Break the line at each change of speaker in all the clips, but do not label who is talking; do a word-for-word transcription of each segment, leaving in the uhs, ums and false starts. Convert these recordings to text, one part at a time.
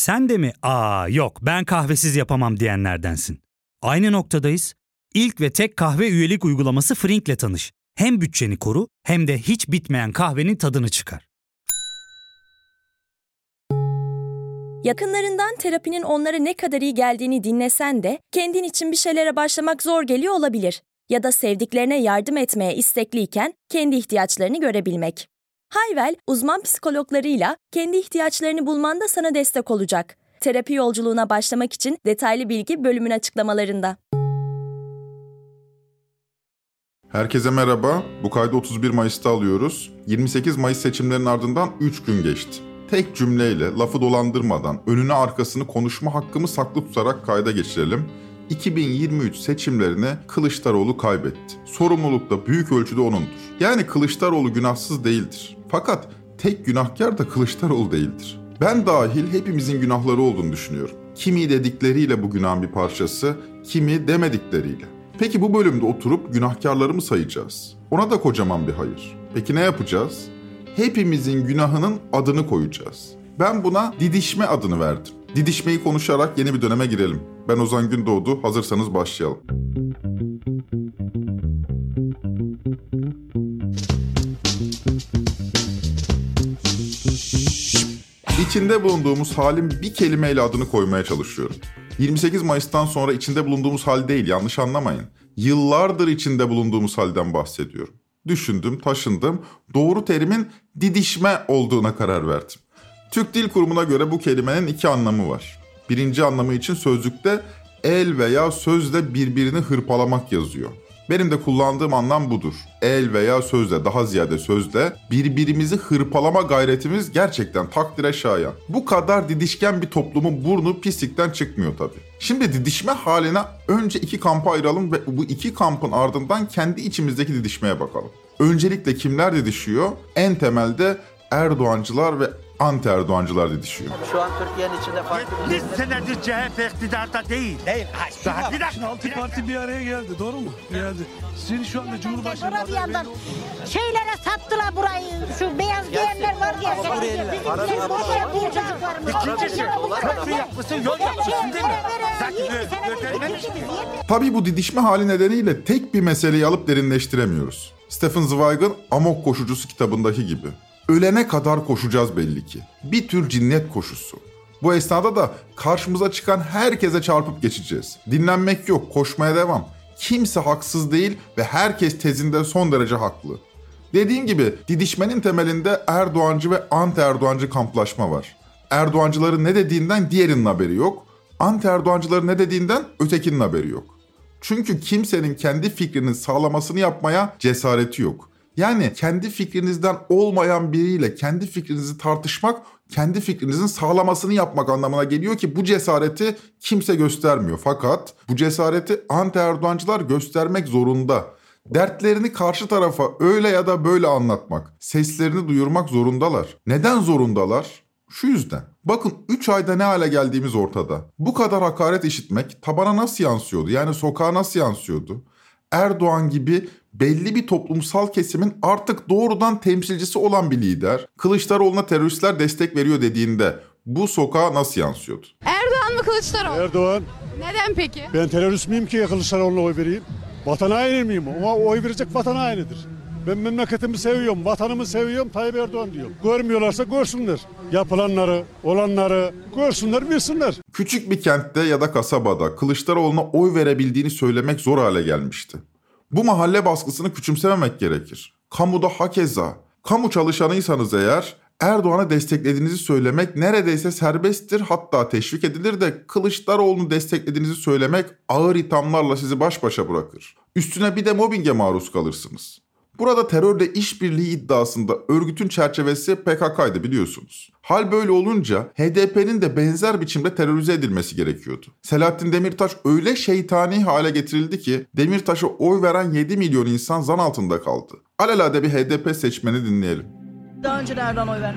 Sen de mi "Aa yok ben kahvesiz yapamam" diyenlerdensin? Aynı noktadayız. İlk ve tek kahve üyelik uygulaması Frink'le tanış. Hem bütçeni koru hem de hiç bitmeyen kahvenin tadını çıkar.
Yakınlarından terapinin onlara ne kadar iyi geldiğini dinlesen de kendin için bir şeylere başlamak zor geliyor olabilir. Ya da sevdiklerine yardım etmeye istekliyken kendi ihtiyaçlarını görebilmek. Hayvel, uzman psikologlarıyla kendi ihtiyaçlarını bulmanda sana destek olacak. Terapi yolculuğuna başlamak için detaylı bilgi bölümün açıklamalarında.
Herkese merhaba. Bu kaydı otuz bir Mayıs'ta alıyoruz. yirmi sekiz Mayıs seçimlerinin ardından üç gün geçti. Tek cümleyle, lafı dolandırmadan, önüne arkasını konuşma hakkımı saklı tutarak kayda geçirelim. iki bin yirmi üç seçimlerini Kılıçdaroğlu kaybetti. Sorumluluk da büyük ölçüde onundur. Yani Kılıçdaroğlu günahsız değildir. Fakat tek günahkar da Kılıçdaroğlu değildir. Ben dahil hepimizin günahları olduğunu düşünüyorum. Kimi dedikleriyle bu günahın bir parçası, kimi demedikleriyle. Peki bu bölümde oturup günahkarları mı sayacağız? Ona da kocaman bir hayır. Peki ne yapacağız? Hepimizin günahının adını koyacağız. Ben buna didişme adını verdim. Didişmeyi konuşarak yeni bir döneme girelim. Ben Ozan Gündoğdu, hazırsanız başlayalım. İçinde bulunduğumuz halin bir kelimeyle adını koymaya çalışıyorum. yirmi sekiz Mayıs'tan sonra içinde bulunduğumuz hal değil, yanlış anlamayın. Yıllardır içinde bulunduğumuz halden bahsediyorum. Düşündüm, taşındım, doğru terimin didişme olduğuna karar verdim. Türk Dil Kurumu'na göre bu kelimenin iki anlamı var. Birinci anlamı için sözlükte el veya sözle birbirini hırpalamak yazıyor. Benim de kullandığım anlam budur. El veya sözle, daha ziyade sözle birbirimizi hırpalama gayretimiz gerçekten takdire şayan. Bu kadar didişken bir toplumun burnu pislikten çıkmıyor tabii. Şimdi didişme haline önce iki kampa ayıralım ve bu iki kampın ardından kendi içimizdeki didişmeye bakalım. Öncelikle kimler didişiyor? En temelde Erdoğancılar ve anti-Erdoğancılar didişiyor.
Şu an Türkiye'nin içinde farklı bir...
yetmiş senedir C H P iktidarda değil.
Değil. Hayır.
Daha bir dakika.
Altı parti bir araya geldi, doğru mu? Geldi. Sizin şu anda Cumhurbaşkanı
bir yandan şeylere sattılar burayı. Şu beyaz giyenler var ya. Bizim boşa bu çocuklarımız.
İkincisi köprü yapmışsın, yol yapmışsın değil mi?
Tabii bu didişme hali nedeniyle tek bir meseleyi alıp derinleştiremiyoruz. Stephen Zweig'ın Amok Koşucusu kitabındaki gibi. Ölene kadar koşacağız belli ki. Bir tür cinnet koşusu. Bu esnada da karşımıza çıkan herkese çarpıp geçeceğiz. Dinlenmek yok, koşmaya devam. Kimse haksız değil ve herkes tezinde son derece haklı. Dediğim gibi didişmenin temelinde Erdoğancı ve anti-Erdoğancı kamplaşma var. Erdoğancıların ne dediğinden diğerinin haberi yok. Anti-Erdoğancıların ne dediğinden ötekinin haberi yok. Çünkü kimsenin kendi fikrinin sağlamasını yapmaya cesareti yok. Yani kendi fikrinizden olmayan biriyle kendi fikrinizi tartışmak, kendi fikrinizin sağlamasını yapmak anlamına geliyor ki bu cesareti kimse göstermiyor. Fakat bu cesareti anti-Erdoğancılar göstermek zorunda. Dertlerini karşı tarafa öyle ya da böyle anlatmak, seslerini duyurmak zorundalar. Neden zorundalar? Şu yüzden. Bakın üç ayda ne hale geldiğimiz ortada. Bu kadar hakaret işitmek tabana nasıl yansıyordu? Yani sokağa nasıl yansıyordu? Erdoğan gibi belli bir toplumsal kesimin artık doğrudan temsilcisi olan bir lider, Kılıçdaroğlu'na teröristler destek veriyor dediğinde bu sokağa nasıl yansıyordu?
Erdoğan mı Kılıçdaroğlu?
Erdoğan.
Neden peki?
Ben terörist miyim ki Kılıçdaroğlu'na oy vereyim? Vatan haini miyim? Ama oy verecek vatan hainidir. Ben memleketimi seviyorum, vatanımı seviyorum, Tayyip Erdoğan diyorum. Görmüyorlarsa görsünler. Yapılanları, olanları görsünler, bilsinler.
Küçük bir kentte ya da kasabada Kılıçdaroğlu'na oy verebildiğini söylemek zor hale gelmişti. Bu mahalle baskısını küçümsememek gerekir. Kamuda hakeza. Kamu çalışanıysanız eğer Erdoğan'ı desteklediğinizi söylemek neredeyse serbesttir, hatta teşvik edilir de Kılıçdaroğlu'nu desteklediğinizi söylemek ağır ithamlarla sizi baş başa bırakır. Üstüne bir de mobbinge maruz kalırsınız. Burada terörle işbirliği iddiasında örgütün çerçevesi P K K'ydı biliyorsunuz. Hal böyle olunca H D P'nin de benzer biçimde terörize edilmesi gerekiyordu. Selahattin Demirtaş öyle şeytani hale getirildi ki Demirtaş'a oy veren yedi milyon insan zan altında kaldı. Alelade bir H D P seçmeni dinleyelim.
Daha önce de Erdoğan oy vermiş miyiz?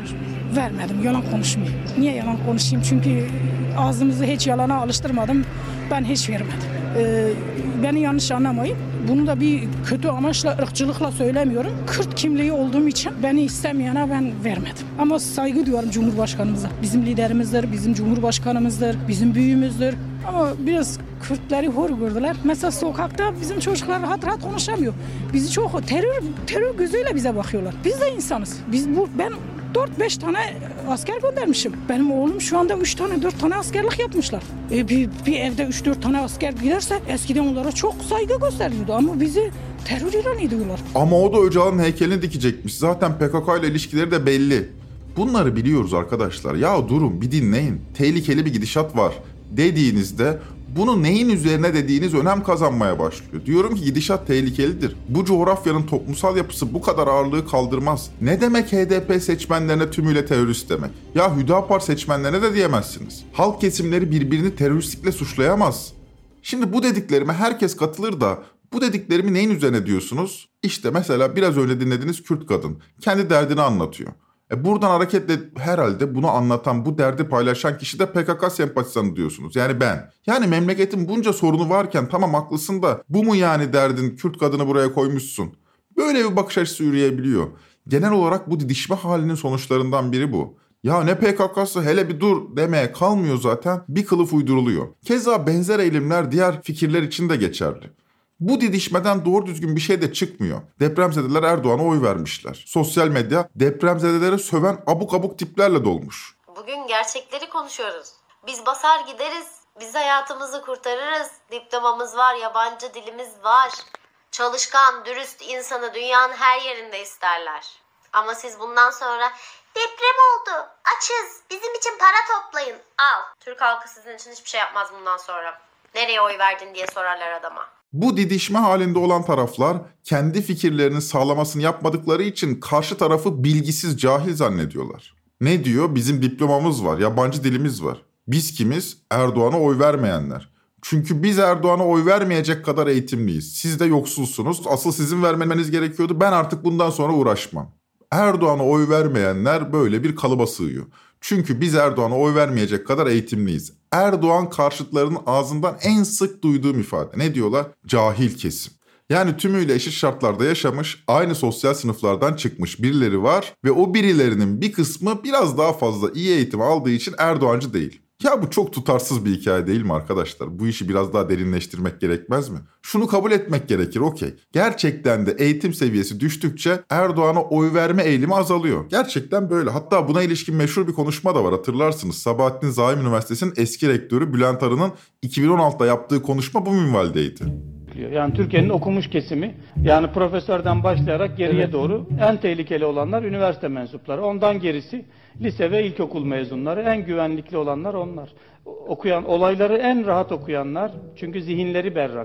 vermedim. Yalan konuşmayayım. Niye yalan konuşayım? Çünkü ağzımızı hiç yalana alıştırmadım. Ben hiç vermedim. Ee, beni yanlış anlamayın. Bunu da bir kötü amaçla, ırkçılıkla söylemiyorum. Kürt kimliği olduğum için beni istemeyene ben vermedim. Ama saygı duyuyorum Cumhurbaşkanımıza. Bizim liderimizdir, bizim Cumhurbaşkanımızdır, bizim büyüğümüzdür. Ama biraz Kürtleri hor gördüler. Mesela sokakta bizim çocuklar rahat rahat konuşamıyor. Bizi çok terör terör gözüyle bize bakıyorlar. Biz de insanız. Biz bu ben dört beş tane asker göndermişim. Benim oğlum şu anda üç tane dört tane askerlik yapmışlar. E bir, bir evde üç dört tane asker giderse eskiden onlara çok saygı gösteriliyordu ama bizi terör ilan ediyorlar.
Ama o da Öcalan'ın heykelini dikecekmiş. Zaten P K K ile ilişkileri de belli. Bunları biliyoruz arkadaşlar. Ya durun bir dinleyin. Tehlikeli bir gidişat var dediğinizde bunu neyin üzerine dediğiniz önem kazanmaya başlıyor. Diyorum ki gidişat tehlikelidir. Bu coğrafyanın toplumsal yapısı bu kadar ağırlığı kaldırmaz. Ne demek H D P seçmenlerine tümüyle terörist demek? Ya Hüdapar seçmenlerine de diyemezsiniz. Halk kesimleri birbirini teröristlikle suçlayamaz. Şimdi bu dediklerime herkes katılır da bu dediklerimi neyin üzerine diyorsunuz? İşte mesela biraz önce dinlediğiniz Kürt kadın kendi derdini anlatıyor. E buradan hareketle herhalde bunu anlatan, bu derdi paylaşan kişi de P K K sempatizanı diyorsunuz. Yani ben. Yani memleketin bunca sorunu varken tamam haklısın da bu mu yani derdin, Kürt kadını buraya koymuşsun? Böyle bir bakış açısı yürüyebiliyor. Genel olarak bu didişme halinin sonuçlarından biri bu. Ya ne P K K'sı hele bir dur demeye kalmıyor zaten, bir kılıf uyduruluyor. Keza benzer eğilimler diğer fikirler için de geçerli. Bu didişmeden doğru düzgün bir şey de çıkmıyor. Depremzedeler Erdoğan'a oy vermişler. Sosyal medya depremzedelere söven abuk abuk tiplerle dolmuş.
Bugün gerçekleri konuşuyoruz. Biz basar gideriz, biz hayatımızı kurtarırız. Diplomamız var, yabancı dilimiz var. Çalışkan, dürüst insanı dünyanın her yerinde isterler. Ama siz bundan sonra deprem oldu, açız, bizim için para toplayın, al. Türk halkı sizin için hiçbir şey yapmaz bundan sonra. Nereye oy verdin diye sorarlar adama.
Bu didişme halinde olan taraflar kendi fikirlerinin sağlamasını yapmadıkları için karşı tarafı bilgisiz, cahil zannediyorlar. Ne diyor? Bizim diplomamız var, yabancı dilimiz var. Biz kimiz? Erdoğan'a oy vermeyenler. Çünkü biz Erdoğan'a oy vermeyecek kadar eğitimliyiz. Siz de yoksulsunuz. Asıl sizin vermeniz gerekiyordu. Ben artık bundan sonra uğraşmam. Erdoğan'a oy vermeyenler böyle bir kalıba sığıyor. Çünkü biz Erdoğan'a oy vermeyecek kadar eğitimliyiz. Erdoğan karşıtlarının ağzından en sık duyduğum ifade. Ne diyorlar? Cahil kesim. Yani tümüyle eşit şartlarda yaşamış, aynı sosyal sınıflardan çıkmış birileri var ve o birilerinin bir kısmı biraz daha fazla iyi eğitim aldığı için Erdoğancı değil. Ya bu çok tutarsız bir hikaye değil mi arkadaşlar? Bu işi biraz daha derinleştirmek gerekmez mi? Şunu kabul etmek gerekir, okey. Gerçekten de eğitim seviyesi düştükçe Erdoğan'a oy verme eğilimi azalıyor. Gerçekten böyle. Hatta buna ilişkin meşhur bir konuşma da var, hatırlarsınız. Sabahattin Zaim Üniversitesi'nin eski rektörü Bülent Arı'nın iki bin on altıda yaptığı konuşma bu minvaldeydi.
Yani Türkiye'nin okumuş kesimi, yani profesörden başlayarak geriye evet. doğru en tehlikeli olanlar üniversite mensupları. Ondan gerisi lise ve ilkokul mezunları, en güvenlikli olanlar onlar. Okuyan, olayları en rahat okuyanlar, çünkü zihinleri berrak.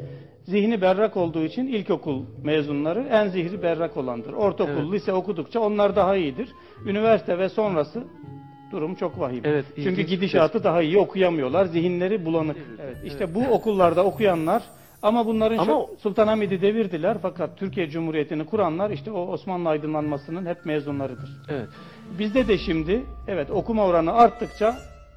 Zihni berrak olduğu için ilkokul mezunları en zihri berrak olandır. Ortaokul, evet. lise okudukça onlar daha iyidir. Üniversite ve sonrası durum çok vahim. Evet, çünkü gidişatı daha iyi okuyamıyorlar, zihinleri bulanık. Evet, işte evet. bu okullarda okuyanlar. Ama bunların Ama... şu Sultanahmet'i devirdiler, fakat Türkiye Cumhuriyeti'ni kuranlar işte o Osmanlı aydınlanmasının hep mezunlarıdır. Evet. Bizde de şimdi evet okuma oranı arttıkça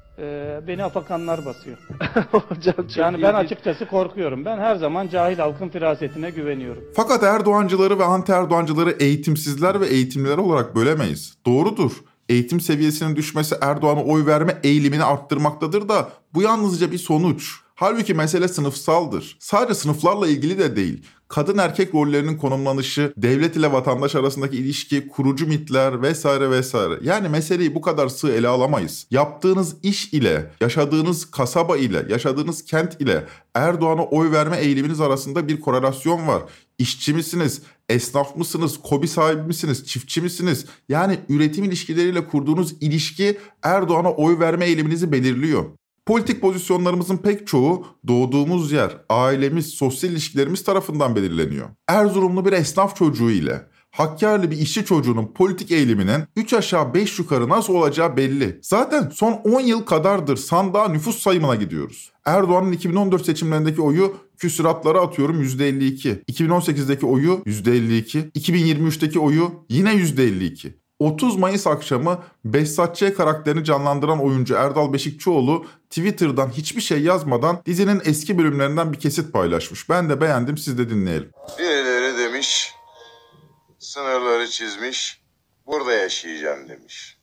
e, beni afakanlar basıyor. Hocam, yani ben açıkçası korkuyorum. Ben her zaman cahil halkın firasetine güveniyorum.
Fakat Erdoğancıları ve anti Erdoğancıları eğitimsizler ve eğitimliler olarak bölemeyiz. Doğrudur. Eğitim seviyesinin düşmesi Erdoğan'a oy verme eğilimini arttırmaktadır da bu yalnızca bir sonuç. Halbuki mesele sınıfsaldır. Sadece sınıflarla ilgili de değil. Kadın erkek rollerinin konumlanışı, devlet ile vatandaş arasındaki ilişki, kurucu mitler vesaire vesaire. Yani meseleyi bu kadar sığ ele alamayız. Yaptığınız iş ile, yaşadığınız kasaba ile, yaşadığınız kent ile Erdoğan'a oy verme eğiliminiz arasında bir korelasyon var. İşçi misiniz, esnaf mısınız, KOBİ sahibi misiniz, çiftçi misiniz? Yani üretim ilişkileriyle kurduğunuz ilişki Erdoğan'a oy verme eğiliminizi belirliyor. Politik pozisyonlarımızın pek çoğu doğduğumuz yer, ailemiz, sosyal ilişkilerimiz tarafından belirleniyor. Erzurumlu bir esnaf çocuğu ile Hakkari'li bir işçi çocuğunun politik eğiliminin üç aşağı beş yukarı nasıl olacağı belli. Zaten son on yıl kadardır sandığa nüfus sayımına gidiyoruz. Erdoğan'ın iki bin on dört seçimlerindeki oyu küsuratlara atıyorum yüzde elli iki. iki bin on sekizdeki oyu yüzde elli iki. iki bin yirmi üçteki oyu yine yüzde elli iki. otuz Mayıs akşamı Behzat Ç. karakterini canlandıran oyuncu Erdal Beşikçioğlu Twitter'dan hiçbir şey yazmadan dizinin eski bölümlerinden bir kesit paylaşmış. Ben de beğendim, siz de dinleyelim.
Birileri demiş, sınırları çizmiş, burada yaşayacağım demiş.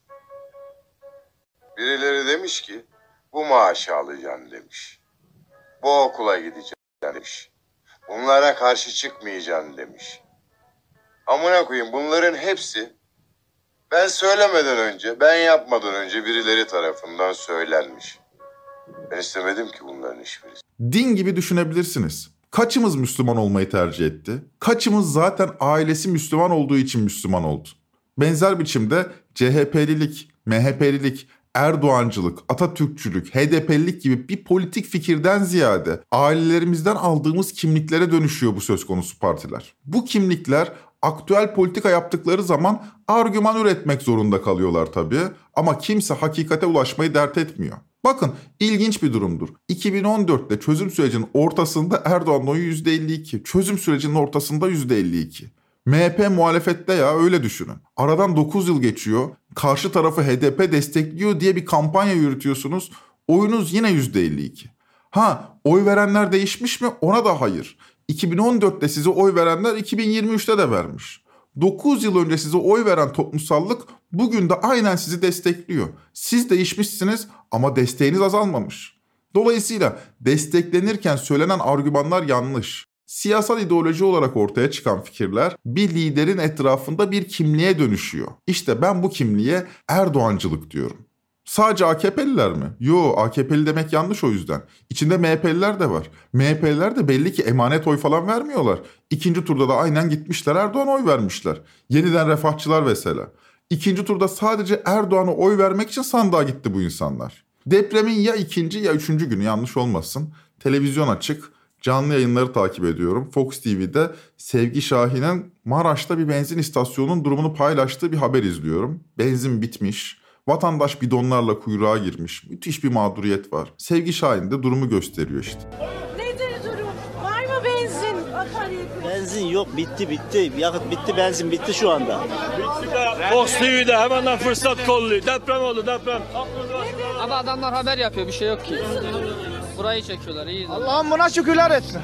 Birileri demiş ki, bu maaşı alacağım demiş. Bu okula gideceğim demiş. Bunlara karşı çıkmayacağım demiş. Amına koyayım, bunların hepsi ben söylemeden önce, ben yapmadan önce birileri tarafından söylenmiş. Ben istemedim ki bunların hiçbirisi.
Din gibi düşünebilirsiniz. Kaçımız Müslüman olmayı tercih etti? Kaçımız zaten ailesi Müslüman olduğu için Müslüman oldu? Benzer biçimde C H P'lilik, M H P'lilik, Erdoğancılık, Atatürkçülük, H D P'lilik gibi bir politik fikirden ziyade ailelerimizden aldığımız kimliklere dönüşüyor bu söz konusu partiler. Bu kimlikler aktüel politika yaptıkları zaman argüman üretmek zorunda kalıyorlar tabii, ama kimse hakikate ulaşmayı dert etmiyor. Bakın, ilginç bir durumdur. iki bin on dörtte çözüm sürecinin ortasında Erdoğan'ın oyu yüzde elli iki, çözüm sürecinin ortasında yüzde elli iki. M H P muhalefette ya, öyle düşünün. Aradan dokuz yıl geçiyor, karşı tarafı H D P destekliyor diye bir kampanya yürütüyorsunuz, oyunuz yine yüzde elli iki. Ha, oy verenler değişmiş mi? Ona da hayır. iki bin on dörtte size oy verenler iki bin yirmi üçte de vermiş. dokuz yıl önce size oy veren toplumsallık bugün de aynen sizi destekliyor. Siz değişmişsiniz ama desteğiniz azalmamış. Dolayısıyla desteklenirken söylenen argümanlar yanlış. Siyasal ideoloji olarak ortaya çıkan fikirler bir liderin etrafında bir kimliğe dönüşüyor. İşte ben bu kimliğe Erdoğancılık diyorum. Sadece A K P'liler mi? Yo, A K P'li demek yanlış o yüzden. İçinde M H P'liler de var. M H P'liler de belli ki emanet oy falan vermiyorlar. İkinci turda da aynen gitmişler Erdoğan'a oy vermişler. Yeniden refahçılar mesela. İkinci turda sadece Erdoğan'a oy vermek için sandığa gitti bu insanlar. Depremin ya ikinci ya üçüncü günü, yanlış olmasın, televizyon açık, canlı yayınları takip ediyorum. Fox T V'de Sevgi Şahin'in Maraş'ta bir benzin istasyonunun durumunu paylaştığı bir haber izliyorum. Benzin bitmiş. Vatandaş bidonlarla kuyruğa girmiş. Müthiş bir mağduriyet var. Sevgi Şahin de durumu gösteriyor işte.
Nedir durum? Var mı benzin?
Benzin yok, bitti bitti. Yakıt bitti, benzin bitti şu anda.
Fox T V'de hemen fırsat kolluyor. Deprem oldu, deprem.
Ama adamlar haber yapıyor, bir şey yok ki. Burayı çekiyorlar, iyi.
Allah'ım buna şükürler etsin.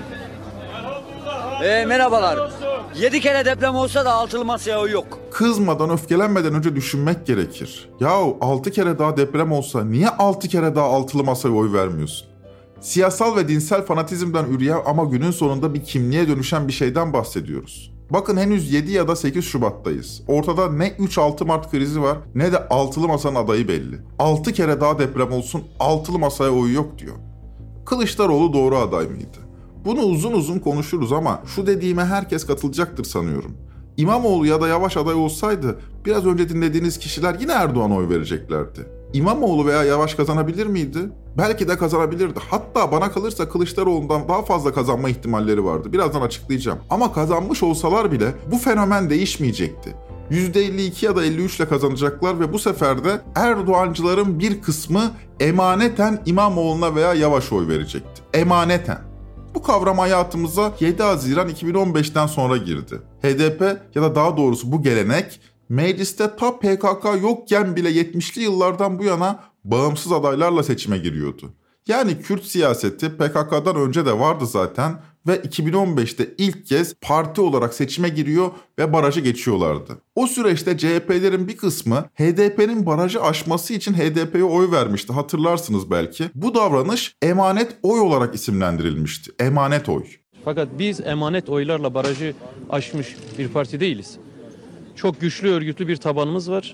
Ee, merhabalar. Yedi kere deprem olsa da altılı masaya oy yok.
Kızmadan, öfkelenmeden önce düşünmek gerekir. Yahu altı kere daha deprem olsa niye altı kere daha altılı masaya oy vermiyorsun? Siyasal ve dinsel fanatizmden üreyen ama günün sonunda bir kimliğe dönüşen bir şeyden bahsediyoruz. Bakın, henüz yedi ya da sekiz Şubat'tayız. Ortada ne üç altı Mart krizi var ne de altılı masanın adayı belli. altı kere daha deprem olsun, altılı masaya oy yok diyor. Kılıçdaroğlu doğru aday mıydı? Bunu uzun uzun konuşuruz ama şu dediğime herkes katılacaktır sanıyorum. İmamoğlu ya da Yavaş aday olsaydı biraz önce dinlediğiniz kişiler yine Erdoğan'a oy vereceklerdi. İmamoğlu veya Yavaş kazanabilir miydi? Belki de kazanabilirdi. Hatta bana kalırsa Kılıçdaroğlu'ndan daha fazla kazanma ihtimalleri vardı. Birazdan açıklayacağım. Ama kazanmış olsalar bile bu fenomen değişmeyecekti. yüzde elli iki ya da elli üç ile kazanacaklar ve bu sefer de Erdoğancıların bir kısmı emaneten İmamoğlu'na veya Yavaş'a oy verecekti. Emaneten. Bu kavram hayatımıza yedi Haziran iki bin on beşten sonra girdi. H D P ya da daha doğrusu bu gelenek mecliste ta P K K yokken bile yetmişli yıllardan bu yana bağımsız adaylarla seçime giriyordu. Yani Kürt siyaseti P K K'dan önce de vardı zaten ve iki bin on beşte ilk kez parti olarak seçime giriyor ve barajı geçiyorlardı. O süreçte C H P'lerin bir kısmı H D P'nin barajı aşması için H D P'ye oy vermişti, hatırlarsınız belki. Bu davranış emanet oy olarak isimlendirilmişti. Emanet oy.
Fakat biz emanet oylarla barajı aşmış bir parti değiliz. Çok güçlü, örgütlü bir tabanımız var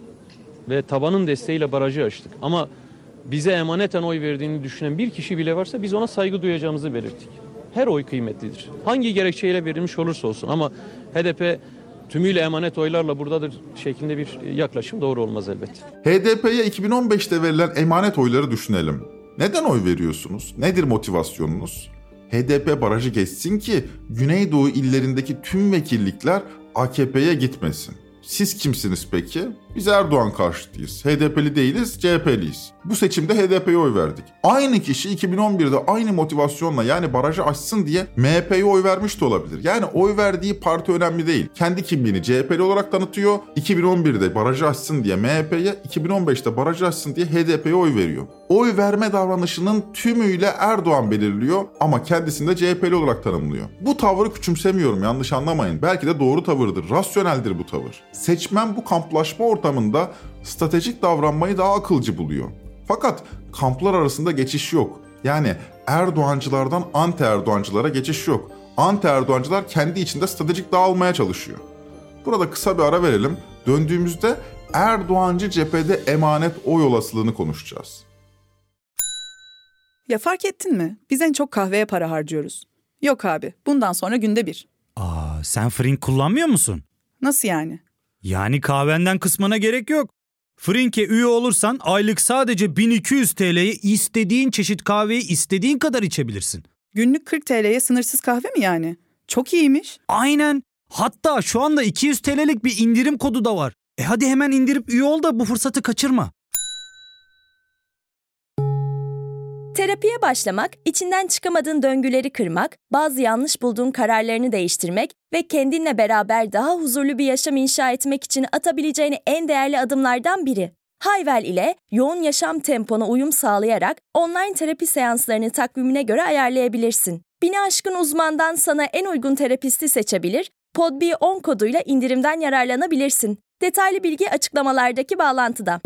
ve tabanın desteğiyle barajı aştık. Ama bize emaneten oy verdiğini düşünen bir kişi bile varsa biz ona saygı duyacağımızı belirttik. Her oy kıymetlidir. Hangi gerekçeyle verilmiş olursa olsun, ama H D P tümüyle emanet oylarla buradadır şeklinde bir yaklaşım doğru olmaz elbette.
H D P'ye iki bin on beşte verilen emanet oyları düşünelim. Neden oy veriyorsunuz? Nedir motivasyonunuz? H D P barajı geçsin ki Güneydoğu illerindeki tüm vekillikler A K P'ye gitmesin. Siz kimsiniz peki? Biz Erdoğan karşıtıyız. H D P'li değiliz, C H P'liyiz. Bu seçimde H D P'ye oy verdik. Aynı kişi iki bin on birde aynı motivasyonla, yani barajı aşsın diye M H P'ye oy vermiş de olabilir. Yani oy verdiği parti önemli değil. Kendi kimliğini C H P'li olarak tanıtıyor. iki bin on birde barajı aşsın diye M H P'ye, iki bin on beşte barajı aşsın diye H D P'ye oy veriyor. Oy verme davranışının tümüyle Erdoğan belirliyor ama kendisini de C H P'li olarak tanımlıyor. Bu tavrı küçümsemiyorum, yanlış anlamayın. Belki de doğru tavırdır, rasyoneldir bu tavır. Seçmen bu kamplaşma ortamında stratejik davranmayı daha akılcı buluyor. Fakat kamplar arasında geçiş yok. Yani Erdoğancılardan anti Erdoğancılara geçiş yok. Anti Erdoğancılar kendi içinde stratejik dağılmaya çalışıyor. Burada kısa bir ara verelim. Döndüğümüzde Erdoğancı cephede emanet oy olasılığını konuşacağız.
Ya fark ettin mi? Biz en çok kahveye para harcıyoruz. Yok abi, bundan sonra günde bir.
Aa, sen Frink kullanmıyor musun?
Nasıl yani?
Yani kahvenden kısmına gerek yok. Frink'e üye olursan aylık sadece bin iki yüz T L'ye istediğin çeşit kahveyi istediğin kadar içebilirsin.
Günlük kırk T L'ye sınırsız kahve mi yani? Çok iyiymiş.
Aynen. Hatta şu anda iki yüz T L'lik bir indirim kodu da var. E hadi hemen indirip üye ol da bu fırsatı kaçırma.
Terapiye başlamak, içinden çıkamadığın döngüleri kırmak, bazı yanlış bulduğun kararlarını değiştirmek ve kendinle beraber daha huzurlu bir yaşam inşa etmek için atabileceğin en değerli adımlardan biri. Hayvel ile yoğun yaşam tempona uyum sağlayarak online terapi seanslarını takvimine göre ayarlayabilirsin. Bini aşkın uzmandan sana en uygun terapisti seçebilir, Pod B on koduyla indirimden yararlanabilirsin. Detaylı bilgi açıklamalardaki bağlantıda.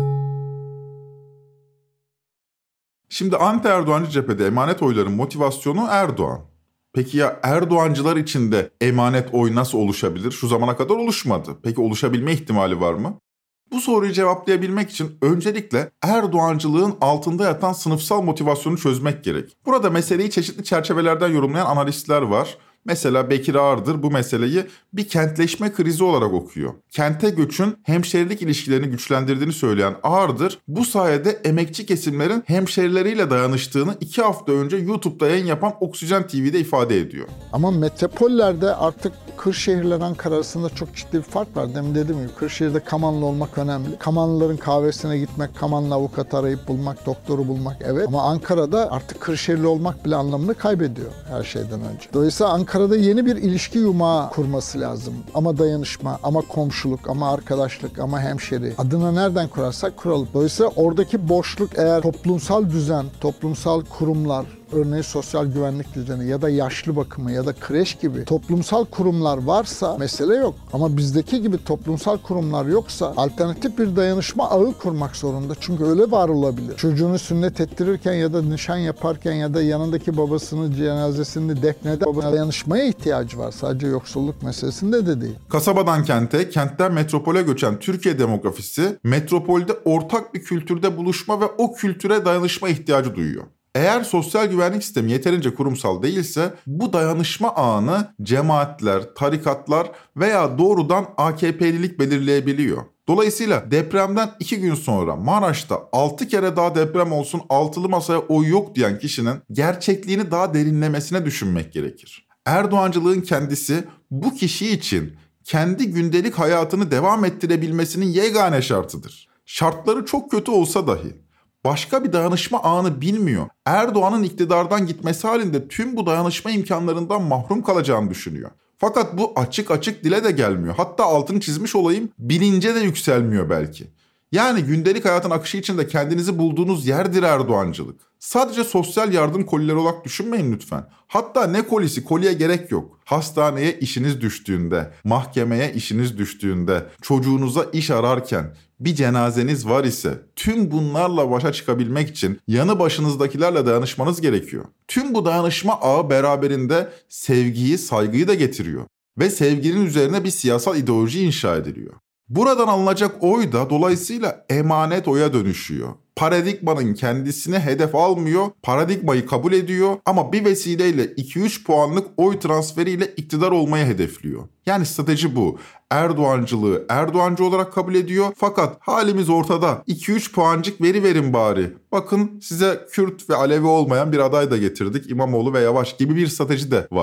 Şimdi anti Erdoğancı cephede emanet oyların motivasyonu Erdoğan. Peki ya Erdoğancılar için de emanet oy nasıl oluşabilir? Şu zamana kadar oluşmadı. Peki oluşabilme ihtimali var mı? Bu soruyu cevaplayabilmek için öncelikle Erdoğancılığın altında yatan sınıfsal motivasyonu çözmek gerek. Burada meseleyi çeşitli çerçevelerden yorumlayan analistler var. Mesela Bekir Ağırdır bu meseleyi bir kentleşme krizi olarak okuyor. Kente göçün hemşerilik ilişkilerini güçlendirdiğini söyleyen Ağırdır, bu sayede emekçi kesimlerin hemşerileriyle dayanıştığını iki hafta önce YouTube'da yayın yapan Oksijen T V'de ifade ediyor.
Ama metropollerde artık Kırşehir'le Ankara arasında çok ciddi bir fark var. Demin dediğim gibi Kırşehir'de Kamanlı olmak önemli. Kamanlıların kahvesine gitmek, Kamanlı avukat arayıp bulmak, doktoru bulmak evet. Ama Ankara'da artık Kırşehirli olmak bile anlamını kaybediyor her şeyden önce. Dolayısıyla Ankara'da yeni bir ilişki yumağı kurması lazım. Ama dayanışma, ama komşuluk, ama arkadaşlık, ama hemşeri. Adına nereden kurarsak kuralım. Dolayısıyla oradaki boşluk eğer toplumsal düzen, toplumsal kurumlar, örneğin sosyal güvenlik düzeni ya da yaşlı bakımı ya da kreş gibi toplumsal kurumlar varsa mesele yok. Ama bizdeki gibi toplumsal kurumlar yoksa alternatif bir dayanışma ağı kurmak zorunda. Çünkü öyle var olabilir. Çocuğunu sünnet ettirirken ya da nişan yaparken ya da yanındaki babasının cenazesini defnede babasına dayanışmaya ihtiyacı var. Sadece yoksulluk meselesinde de değil.
Kasabadan kente, kentten metropole göçen Türkiye demografisi metropolde ortak bir kültürde buluşma ve o kültüre dayanışma ihtiyacı duyuyor. Eğer sosyal güvenlik sistemi yeterince kurumsal değilse bu dayanışma ağını cemaatler, tarikatlar veya doğrudan A K P'lilik belirleyebiliyor. Dolayısıyla depremden iki gün sonra Maraş'ta altı kere daha deprem olsun altılı masaya oy yok diyen kişinin gerçekliğini daha derinlemesine düşünmek gerekir. Erdoğancılığın kendisi bu kişi için kendi gündelik hayatını devam ettirebilmesinin yegane şartıdır. Şartları çok kötü olsa dahi başka bir dayanışma ağını bilmiyor. Erdoğan'ın iktidardan gitmesi halinde tüm bu dayanışma imkanlarından mahrum kalacağını düşünüyor. Fakat bu açık açık dile de gelmiyor. Hatta altını çizmiş olayım, bilince de yükselmiyor belki. Yani gündelik hayatın akışı içinde kendinizi bulduğunuz yerdir Erdoğancılık. Sadece sosyal yardım kolileri olarak düşünmeyin lütfen. Hatta ne kolisi, koliye gerek yok. Hastaneye işiniz düştüğünde, mahkemeye işiniz düştüğünde, çocuğunuza iş ararken, bir cenazeniz var ise tüm bunlarla başa çıkabilmek için yanı başınızdakilerle dayanışmanız gerekiyor. Tüm bu dayanışma ağı beraberinde sevgiyi, saygıyı da getiriyor. Ve sevginin üzerine bir siyasal ideoloji inşa ediliyor. Buradan alınacak oy da dolayısıyla emanet oya dönüşüyor. Paradigmanın kendisine hedef almıyor, paradigmayı kabul ediyor ama bir vesileyle iki üç puanlık oy transferiyle iktidar olmayı hedefliyor. Yani strateji bu. Erdoğancılığı Erdoğancı olarak kabul ediyor fakat halimiz ortada. iki üç puancık veri verin bari. Bakın size Kürt ve Alevi olmayan bir aday da getirdik. İmamoğlu ve Yavaş gibi bir strateji de var.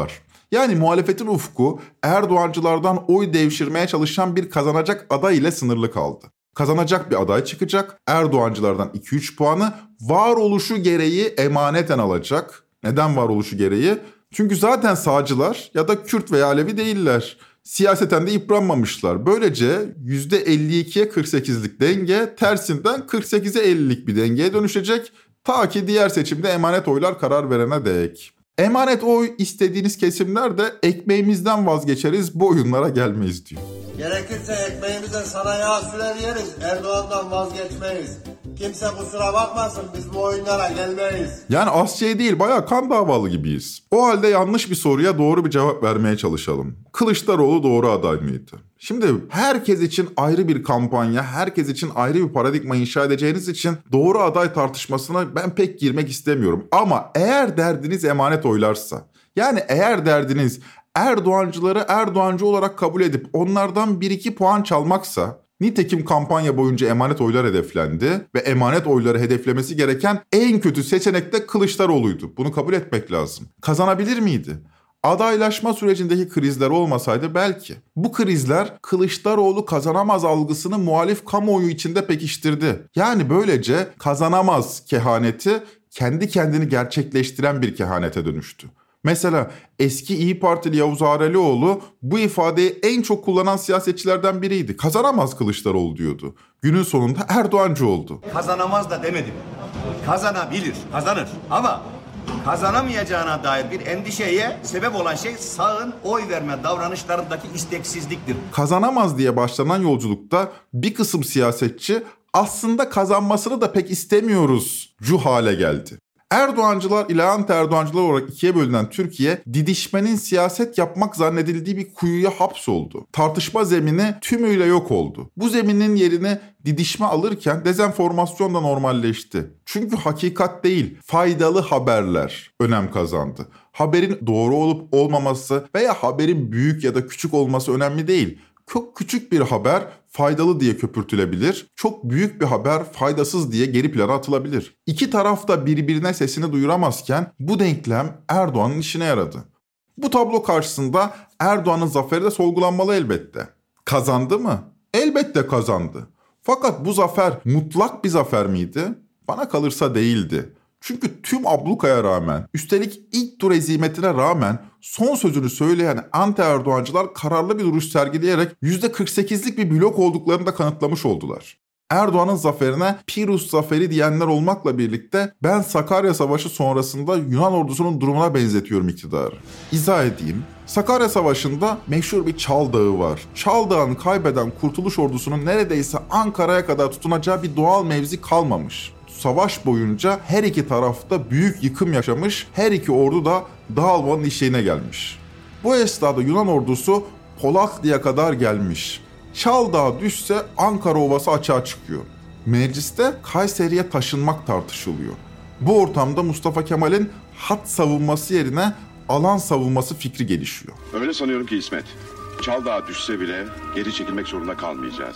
Yani muhalefetin ufku Erdoğancılardan oy devşirmeye çalışan bir kazanacak aday ile sınırlı kaldı. Kazanacak bir aday çıkacak, Erdoğancılardan iki üç puanı varoluşu gereği emaneten alacak. Neden varoluşu gereği? Çünkü zaten sağcılar ya da Kürt veya Alevi değiller. Siyaseten de yıpranmamışlar. Böylece yüzde elli ikiye kırk sekizlik denge tersinden kırk sekize ellilik bir dengeye dönüşecek. Ta ki diğer seçimde emanet oylar karar verene dek. Emanet oy istediğiniz kesimler de ekmeğimizden vazgeçeriz, bu oyunlara gelmeyiz diyor.
Gerekirse ekmeğimize sana yağ sürer yeriz, Erdoğan'dan vazgeçmeyiz. Kimse kusura bakmasın, biz bu oyunlara gelmeyiz.
Yani az şey değil, bayağı kan davalı gibiyiz. O halde yanlış bir soruya doğru bir cevap vermeye çalışalım. Kılıçdaroğlu doğru aday mıydı? Şimdi herkes için ayrı bir kampanya, herkes için ayrı bir paradigma inşa edeceğiniz için doğru aday tartışmasına ben pek girmek istemiyorum. Ama eğer derdiniz emanet oylarsa, yani eğer derdiniz Erdoğancıları Erdoğancı olarak kabul edip onlardan bir iki puan çalmaksa, nitekim kampanya boyunca emanet oylar hedeflendi ve emanet oyları hedeflemesi gereken en kötü seçenek de Kılıçdaroğlu'ydu. Bunu kabul etmek lazım. Kazanabilir miydi? Adaylaşma sürecindeki krizler olmasaydı belki. Bu krizler Kılıçdaroğlu kazanamaz algısını muhalif kamuoyu içinde pekiştirdi. Yani böylece kazanamaz kehaneti kendi kendini gerçekleştiren bir kehanete dönüştü. Mesela eski İyi Partili Yavuz Aralioğlu bu ifadeyi en çok kullanan siyasetçilerden biriydi. Kazanamaz Kılıçdaroğlu diyordu. Günün sonunda Erdoğancı oldu.
Kazanamaz da demedim. Kazanabilir, kazanır ama kazanamayacağına dair bir endişeye sebep olan şey sağın oy verme davranışlarındaki isteksizliktir.
Kazanamaz diye başlanan yolculukta bir kısım siyasetçi aslında kazanmasını da pek istemiyoruz cu hale geldi. Erdoğancılar ile anti-Erdoğancılar olarak ikiye bölünen Türkiye, didişmenin siyaset yapmak zannedildiği bir kuyuya hapsoldu. Tartışma zemini tümüyle yok oldu. Bu zeminin yerini didişme alırken dezenformasyon da normalleşti. Çünkü hakikat değil, faydalı haberler önem kazandı. Haberin doğru olup olmaması veya haberin büyük ya da küçük olması önemli değil. Çok küçük bir haber faydalı diye köpürtülebilir, çok büyük bir haber faydasız diye geri plana atılabilir. İki taraf da birbirine sesini duyuramazken bu denklem Erdoğan'ın işine yaradı. Bu tablo karşısında Erdoğan'ın zaferi de sorgulanmalı elbette. Kazandı mı? Elbette kazandı. Fakat bu zafer mutlak bir zafer miydi? Bana kalırsa değildi. Çünkü tüm ablukaya rağmen, üstelik ilk tur hezimetine rağmen son sözünü söyleyen anti-Erdoğancılar kararlı bir duruş sergileyerek yüzde kırk sekizlik bir blok olduklarını da kanıtlamış oldular. Erdoğan'ın zaferine Pirus zaferi diyenler olmakla birlikte ben Sakarya Savaşı sonrasında Yunan ordusunun durumuna benzetiyorum iktidarı. İzah edeyim. Sakarya Savaşı'nda meşhur bir Çal Dağı var. Çal Dağı'nı kaybeden Kurtuluş Ordusu'nun neredeyse Ankara'ya kadar tutunacağı bir doğal mevzi kalmamış. Savaş boyunca her iki tarafta büyük yıkım yaşamış, her iki ordu da dağılmanın eşiğine gelmiş. Bu esnada Yunan ordusu Polatlı'ya kadar gelmiş. Çal Dağı düşse Ankara Ovası açığa çıkıyor. Mecliste Kayseri'ye taşınmak tartışılıyor. Bu ortamda Mustafa Kemal'in hat savunması yerine alan savunması fikri gelişiyor.
Öyle sanıyorum ki İsmet, Çal Dağı düşse bile geri çekilmek zorunda kalmayacağız.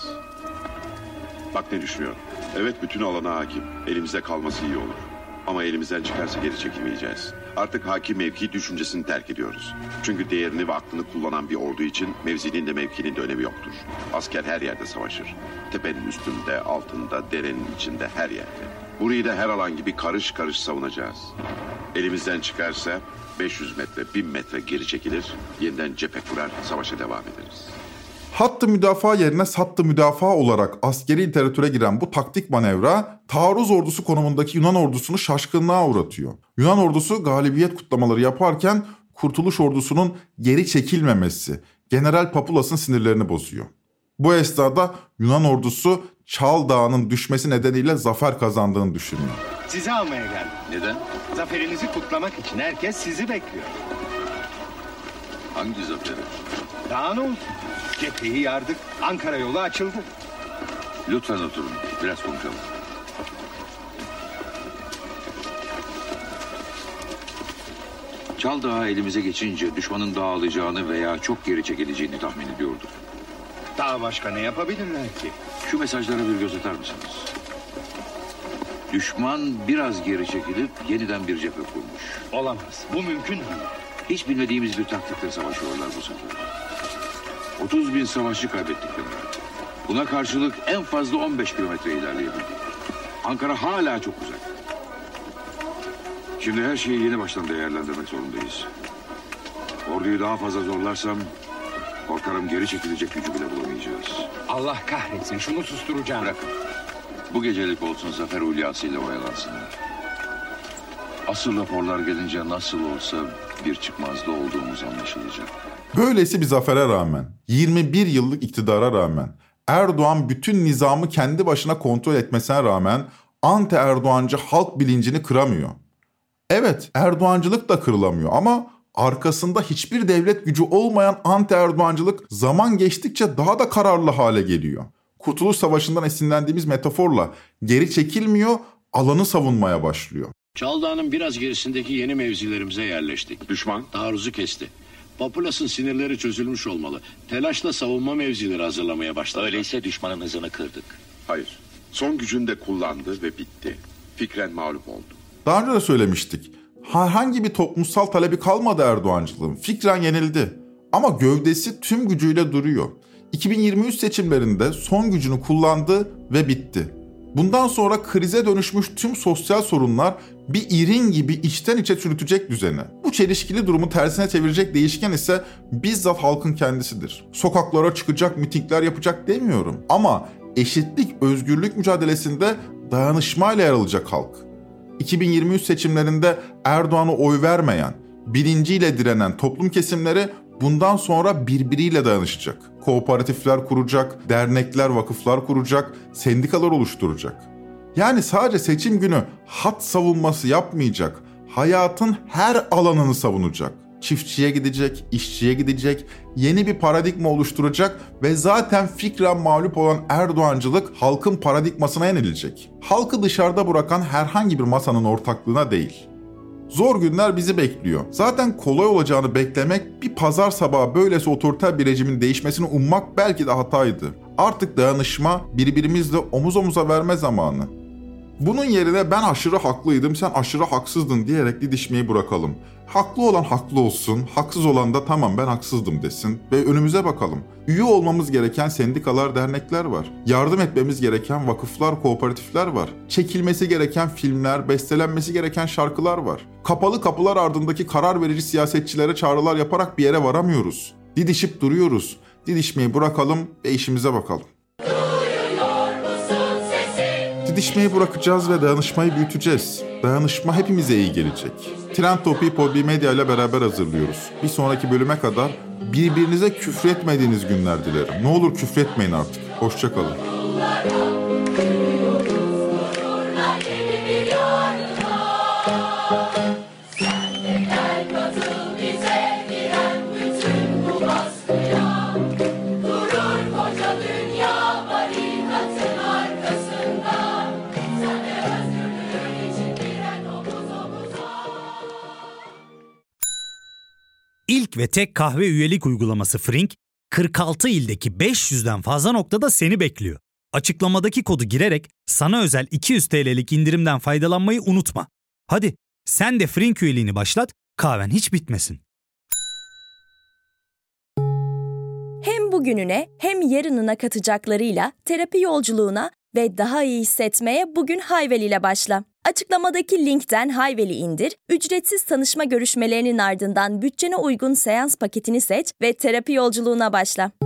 Bak ne düşünüyorum. Evet, bütün alana hakim. Elimizde kalması iyi olur. Ama elimizden çıkarsa geri çekilmeyeceğiz. Artık hakim mevki düşüncesini terk ediyoruz. Çünkü değerini ve aklını kullanan bir ordu için mevzinin de mevkinin de önemi yoktur. Asker her yerde savaşır. Tepenin üstünde, altında, derenin içinde, her yerde. Burayı da her alan gibi karış karış savunacağız. Elimizden çıkarsa beş yüz metre, bin metre geri çekilir, yeniden cephe kurar, savaşa devam ederiz.
Hattı müdafaa yerine sattı müdafaa olarak askeri literatüre giren bu taktik manevra taarruz ordusu konumundaki Yunan ordusunu şaşkınlığa uğratıyor. Yunan ordusu galibiyet kutlamaları yaparken Kurtuluş ordusunun geri çekilmemesi General Papulas'ın sinirlerini bozuyor. Bu esnada Yunan ordusu Çal Dağı'nın düşmesi nedeniyle zafer kazandığını düşünüyor.
Sizi almaya geldim.
Neden?
Zaferinizi kutlamak için herkes sizi bekliyor.
Hangi zaferi?
Daha ne olsun? Cepheyi yardık, Ankara yolu açıldı.
Lütfen oturun, biraz konuşalım. Çal Dağı elimize geçince düşmanın dağılacağını veya çok geri çekileceğini tahmin ediyorduk.
Daha başka ne yapabilirler ki?
Şu mesajlara bir göz atar mısınız? Düşman biraz geri çekilip yeniden bir cephe kurmuş.
Olamaz, bu mümkün değil.
Hiç bilmediğimiz bir taktikle savaşıyorlar bu sefer. otuz bin savaşçı kaybettik demek. Buna karşılık en fazla on beş kilometre ilerleyebildik. Ankara hala çok uzak. Şimdi her şeyi yeni baştan değerlendirmek zorundayız. Orduyu daha fazla zorlarsam korkarım geri çekilecek gücü bile bulamayacağız.
Allah kahretsin, şunu susturacağım.
Bırakın. Bu gecelik olsun zafer ulyasıyla oyalansınlar. Asıl raporlar gelince nasıl olsa bir çıkmazda olduğumuz anlaşılacak.
Böylesi bir zafere rağmen, yirmi bir yıllık iktidara rağmen, Erdoğan bütün nizamı kendi başına kontrol etmesine rağmen anti-Erdoğancı halk bilincini kıramıyor. Evet, Erdoğancılık da kırılamıyor ama arkasında hiçbir devlet gücü olmayan anti-Erdoğancılık zaman geçtikçe daha da kararlı hale geliyor. Kurtuluş Savaşı'ndan esinlendiğimiz metaforla geri çekilmiyor, alanı savunmaya başlıyor.
Çaldağ'ın biraz gerisindeki yeni mevzilerimize yerleştik.
Düşman
taarruzu kesti. Populas'ın sinirleri çözülmüş olmalı. Telaşla savunma mevzileri hazırlamaya başladı.
Öyleyse düşmanın hızını kırdık.
Hayır. Son gücünü de kullandı ve bitti. Fikren mağlup oldu.
Daha önce de söylemiştik. Herhangi bir toplumsal talebi kalmadı Erdoğancılığın. Fikren yenildi. Ama gövdesi tüm gücüyle duruyor. iki bin yirmi üç seçimlerinde son gücünü kullandı ve bitti. Bundan sonra krize dönüşmüş tüm sosyal sorunlar bir irin gibi içten içe çürütecek düzeni. Bu çelişkili durumu tersine çevirecek değişken ise bizzat halkın kendisidir. Sokaklara çıkacak, mitingler yapacak demiyorum. Ama eşitlik, özgürlük mücadelesinde dayanışmayla yer alacak halk. iki bin yirmi üç seçimlerinde Erdoğan'a oy vermeyen, bilinciyle direnen toplum kesimleri bundan sonra birbiriyle dayanışacak. Kooperatifler kuracak, dernekler, vakıflar kuracak, sendikalar oluşturacak. Yani sadece seçim günü hat savunması yapmayacak, hayatın her alanını savunacak. Çiftçiye gidecek, işçiye gidecek, yeni bir paradigma oluşturacak ve zaten fikren mağlup olan Erdoğancılık halkın paradigmasına yenilecek. Halkı dışarıda bırakan herhangi bir masanın ortaklığına değil. Zor günler bizi bekliyor. Zaten kolay olacağını beklemek, bir pazar sabahı böylesi otoriter bir rejimin değişmesini ummak belki de hataydı. Artık dayanışma, birbirimizle omuz omuza verme zamanı. Bunun yerine ben aşırı haklıydım, sen aşırı haksızdın diyerek didişmeyi bırakalım. Haklı olan haklı olsun, haksız olan da tamam ben haksızdım desin ve önümüze bakalım. Üye olmamız gereken sendikalar, dernekler var. Yardım etmemiz gereken vakıflar, kooperatifler var. Çekilmesi gereken filmler, bestelenmesi gereken şarkılar var. Kapalı kapılar ardındaki karar verici siyasetçilere çağrılar yaparak bir yere varamıyoruz. Didişip duruyoruz. Didişmeyi bırakalım ve işimize bakalım. Didişmeyi bırakacağız ve dayanışmayı büyüteceğiz. Dayanışma hepimize iyi gelecek. Trend Topi'yi Podbi Medya ile beraber hazırlıyoruz. Bir sonraki bölüme kadar birbirinize küfretmediğiniz günler dilerim. Ne olur küfretmeyin artık. Hoşça kalın.
İlk ve tek kahve üyelik uygulaması Frink, kırk altı ildeki beş yüzden fazla noktada seni bekliyor. Açıklamadaki kodu girerek sana özel iki yüz TL'lik indirimden faydalanmayı unutma. Hadi sen de Frink üyeliğini başlat, kahven hiç bitmesin.
Hem bugününe hem yarınına katacaklarıyla terapi yolculuğuna ve daha iyi hissetmeye bugün Hayvel ile başla. Açıklamadaki linkten Hayvel'i indir, ücretsiz tanışma görüşmelerinin ardından bütçene uygun seans paketini seç ve terapi yolculuğuna başla.